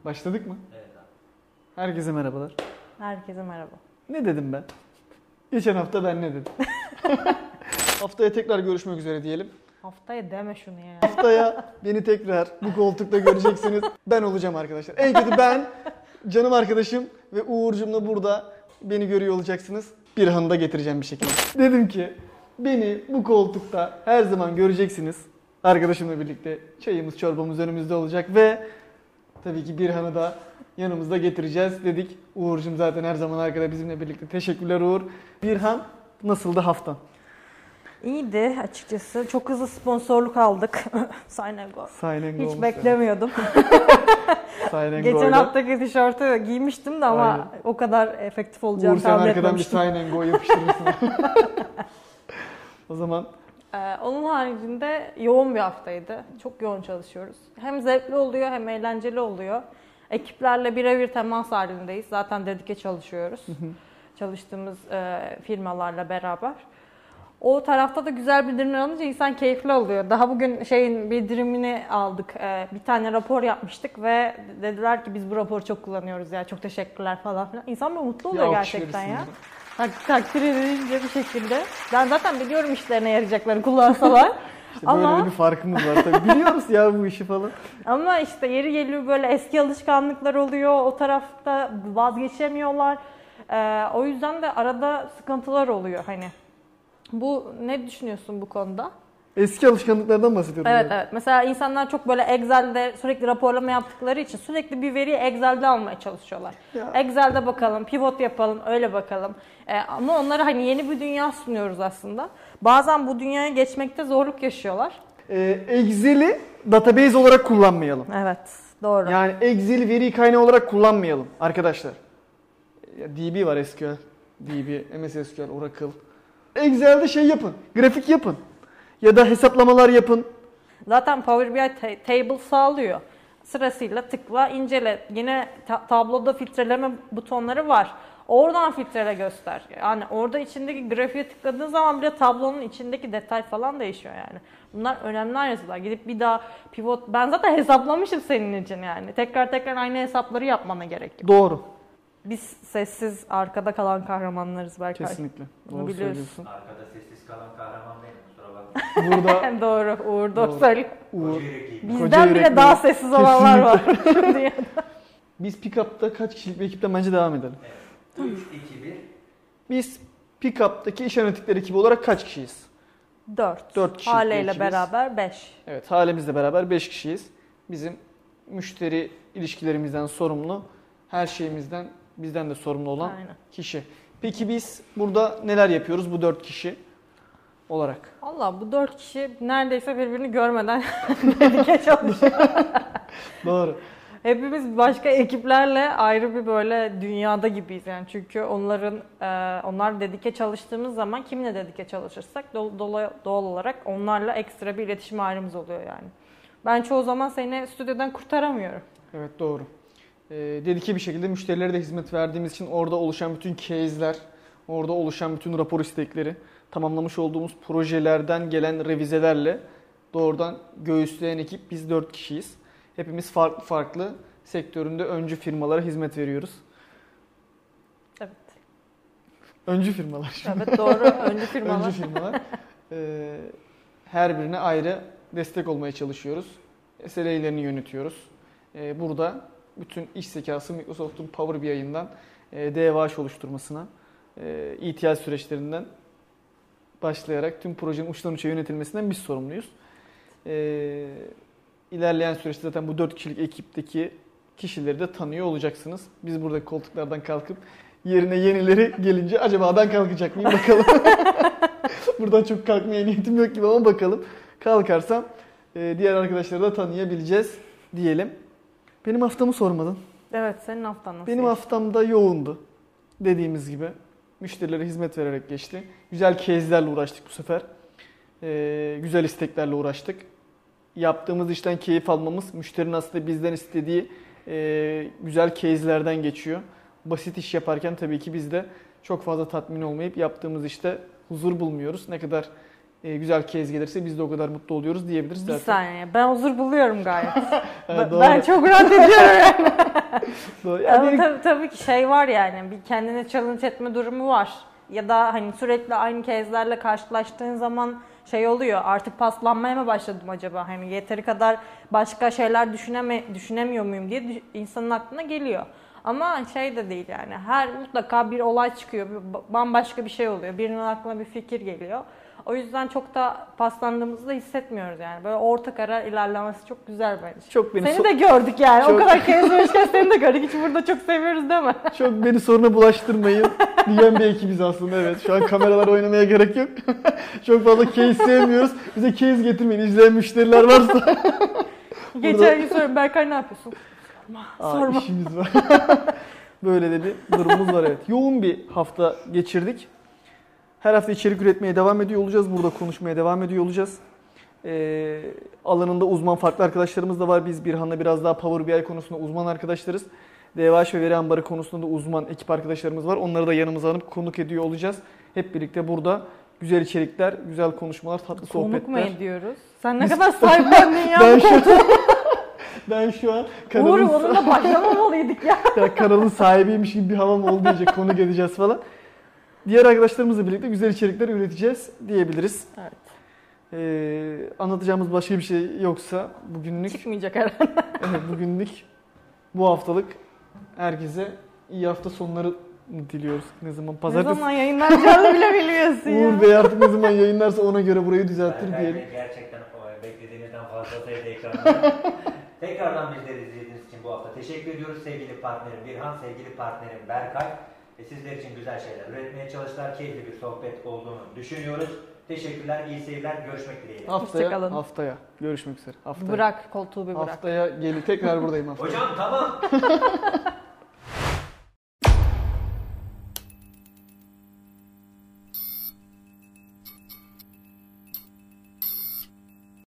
Başladık mı? Evet abi. Herkese merhabalar. Herkese merhaba. Ne dedim ben? Geçen hafta ben ne dedim? Haftaya tekrar görüşmek üzere diyelim. Haftaya deme şunu ya. Haftaya beni tekrar bu koltukta göreceksiniz. Ben olacağım arkadaşlar. En kötü ben, canım arkadaşım ve Uğur'cumla burada beni görüyor olacaksınız. Bir da getireceğim bir şekilde. Dedim ki beni bu koltukta her zaman göreceksiniz. Arkadaşımla birlikte çayımız çorbamız önümüzde olacak ve tabii ki Birhan'ı da yanımızda getireceğiz dedik. Uğur'cum zaten her zaman arkada bizimle birlikte. Teşekkürler Uğur. Birhan, nasıldı haftan? İyiydi açıkçası. Çok hızlı sponsorluk aldık. Sign and Go. Hiç Hiç beklemiyordum. Geçen haftaki tişörtü giymiştim de ama Aynen. o kadar efektif olacağını Uğur sen tahmin arkadan bir etmemiştim. sign and go yapıştırırsın. O zaman Onun haricinde yoğun bir haftaydı. Çok yoğun çalışıyoruz. Hem zevkli oluyor hem eğlenceli oluyor. Ekiplerle birebir temas halindeyiz. Zaten dedike çalışıyoruz. Çalıştığımız firmalarla beraber. O tarafta da güzel bildirimler alınca insan keyifli oluyor. Daha bugün bildirimini aldık. Bir tane rapor yapmıştık ve dediler ki biz bu raporu çok kullanıyoruz ya. Çok teşekkürler falan filan. İnsan böyle mutlu oluyor bir gerçekten ya. alkış Takdir edilince bir şekilde. Ben zaten biliyorum işlerine yarayacaklarını kullansalar. İşte böyle ama bir farkımız var tabii. Biliyoruz ya bu işi falan. ama işte yeri geliyor böyle eski alışkanlıklar oluyor. O tarafta vazgeçemiyorlar. O yüzden de arada sıkıntılar oluyor hani. Ne düşünüyorsun bu konuda? Eski alışkanlıklardan bahsediyorum. Evet yani. evet. Mesela insanlar çok böyle Excel'de sürekli raporlama yaptıkları için sürekli bir veriyi Excel'de almaya çalışıyorlar. Ya. Excel'de bakalım, pivot yapalım, öyle bakalım. Ama onlara hani yeni bir dünya sunuyoruz aslında. Bazen bu dünyaya geçmekte zorluk yaşıyorlar. Excel'i database olarak kullanmayalım. Evet, doğru. Yani Excel veri kaynağı olarak kullanmayalım arkadaşlar. Ya DB var SQL, DB, MS SQL, Oracle. Excel'de şey yapın, grafik yapın. Ya da hesaplamalar yapın. Zaten Power BI table sağlıyor. Sırasıyla tıkla, incele. Yine tabloda filtreleme butonları var. Oradan filtrele göster. Yani orada içindeki grafiğe tıkladığın zaman bile tablonun içindeki detay falan değişiyor yani. Bunlar önemli ayrıntılar. Gidip bir daha pivot... Ben zaten hesaplamışım senin için yani. Tekrar aynı hesapları yapmana gerek yok. Doğru. Biz sessiz arkada kalan kahramanlarız Berkay. Kesinlikle. Bunu Doğru biliyorsun. söylüyorsun. Arkada sessiz kalan kahraman benim, kusura bakma. Burada Doğru, Uğur doğru Doğru. söylüyor. Uğur. Koca yürekli. Koca Bizden bile yürekli. daha sessiz olanlar var şu dünyada. Biz Pickup'ta kaç kişilik bir ekipten bence devam edelim. Evet. 3, 2, 1. Biz Pickup'taki iş analitikleri ekibi olarak kaç kişiyiz? 4. 4 kişilik Hale bir ile ekibiz. beraber 5. Evet, halimizle beraber 5 kişiyiz. Bizim müşteri ilişkilerimizden sorumlu, her şeyimizden bizden de sorumlu olan Aynen. kişi. Peki biz burada neler yapıyoruz bu 4 kişi olarak? Allah bu 4 kişi neredeyse birbirini görmeden dedike çalışıyor. Doğru. Hepimiz başka ekiplerle ayrı bir böyle dünyada gibiyiz yani. Çünkü onlar dedike çalıştığımız zaman kimle dedike çalışırsak doğal olarak onlarla ekstra bir iletişim halimiz oluyor yani. Ben çoğu zaman seni stüdyodan kurtaramıyorum. Evet, doğru. Dedike bir şekilde müşterilere de hizmet verdiğimiz için orada oluşan bütün case'ler, orada oluşan bütün rapor istekleri, tamamlamış olduğumuz projelerden gelen revizelerle doğrudan göğüsleyen ekip biz 4 kişiyiz. Hepimiz farklı sektöründe öncü firmalara hizmet veriyoruz. Evet. Öncü firmalar. Evet doğru. Öncü firmalar. Öncü firmalar. Her birine ayrı destek olmaya çalışıyoruz. SLA'lerini yönetiyoruz. Burada bütün iş zekası Microsoft'un Power BI'ından DevOps oluşturmasına, ETL süreçlerinden başlayarak tüm projenin uçtan uça yönetilmesinden biz sorumluyuz. İlerleyen süreçte zaten bu 4 kişilik ekipteki kişileri de tanıyor olacaksınız. Biz buradaki koltuklardan kalkıp yerine yenileri gelince acaba ben kalkacak mıyım bakalım. Buradan çok kalkmaya niyetim yok gibi ama bakalım. Kalkarsam diğer arkadaşları da tanıyabileceğiz diyelim. Benim haftamı sormadın. Evet, senin haftan nasıl? Benim haftamda yoğundu. Dediğimiz gibi müşterilere hizmet vererek geçti. Güzel case'lerle uğraştık bu sefer. Güzel isteklerle uğraştık. Yaptığımız işten keyif almamız, müşterinin aslında bizden istediği güzel case'lerden geçiyor. Basit iş yaparken tabii ki biz de çok fazla tatmin olmayıp yaptığımız işte huzur bulmuyoruz. Ne kadar güzel case gelirse biz de o kadar mutlu oluyoruz diyebiliriz Bir zaten. saniye, ben huzur buluyorum gayet. Evet, doğru. Ben çok rahat ediyorum yani. Doğru. Ya Ama benim- tabii ki şey var yani, bir kendine challenge etme durumu var. Ya da hani sürekli aynı kezlerle karşılaştığın zaman şey oluyor, artık paslanmaya mı başladım acaba? Hani yeteri kadar başka şeyler düşünemiyor muyum diye insanın aklına geliyor. Ama şey de değil yani, mutlaka bir olay çıkıyor, bambaşka bir şey oluyor, birinin aklına bir fikir geliyor. O yüzden çok da paslandığımızı da hissetmiyoruz yani. Böyle orta karar ilerlemesi çok güzel bence. Çok beni Seni de gördük yani. Çok- O kadar kezmişken seni de gördük. Hiç burada çok seviyoruz değil mi? Çok beni soruna bulaştırmayın diyen bir ekibiz aslında, evet. Şu an kameralar oynamaya gerek yok. Çok fazla case sevmiyoruz. Bize case getirmeyin. İzleyen müşteriler varsa. Geçen gün soruyorum, Berkay ne yapıyorsun? Sorma. İşimiz var. Böyle de bir durumumuz var, evet. Yoğun bir hafta geçirdik. Her hafta içerik üretmeye devam ediyor olacağız. Burada konuşmaya devam ediyor olacağız. Alanında uzman farklı arkadaşlarımız da var. Biz Birhan'la biraz daha Power BI konusunda uzman arkadaşlarız. DVH ve veri ambarı konusunda da uzman ekip arkadaşlarımız var. Onları da yanımıza alıp konuk ediyor olacağız. Hep birlikte burada güzel içerikler, güzel konuşmalar, tatlı Konuk mu sohbetler. ediyoruz? Sen ne kadar sahiplendin ya. Ben şu an Uğur, onunla başlamamalıydık ya. ya kanalın sahibiymiş gibi bir havam oldu diyecek, konuk edeceğiz falan. Diğer arkadaşlarımızla birlikte güzel içerikler üreteceğiz diyebiliriz. Evet. Anlatacağımız başka bir şey yoksa bugünlük, Çıkmayacak herhalde. evet, bugünlük bu haftalık herkese iyi hafta sonları diliyoruz. Ne zaman? Ne Pazartesi. zaman yayınlanacağını bile bilmiyorsun ya. Uğur Bey artık ne zaman yayınlarsa ona göre burayı düzeltir Berkay diyelim. Bey gerçekten beklediğinizden fazla sayıda ekranda. Tekrardan bizleri izlediğiniz için bu hafta teşekkür ediyoruz sevgili partnerim Birhan, sevgili partnerim Berkay. Sizler için güzel şeyler üretmeye çalıştılar. Keyifli bir sohbet olduğunu düşünüyoruz. Teşekkürler, iyi seyirler, görüşmek dileğiyle. Hoşçakalın. Haftaya görüşmek üzere. Haftaya. Bırak koltuğu bir bırak. Haftaya gelin, tekrar buradayım haftaya. Hocam tamam.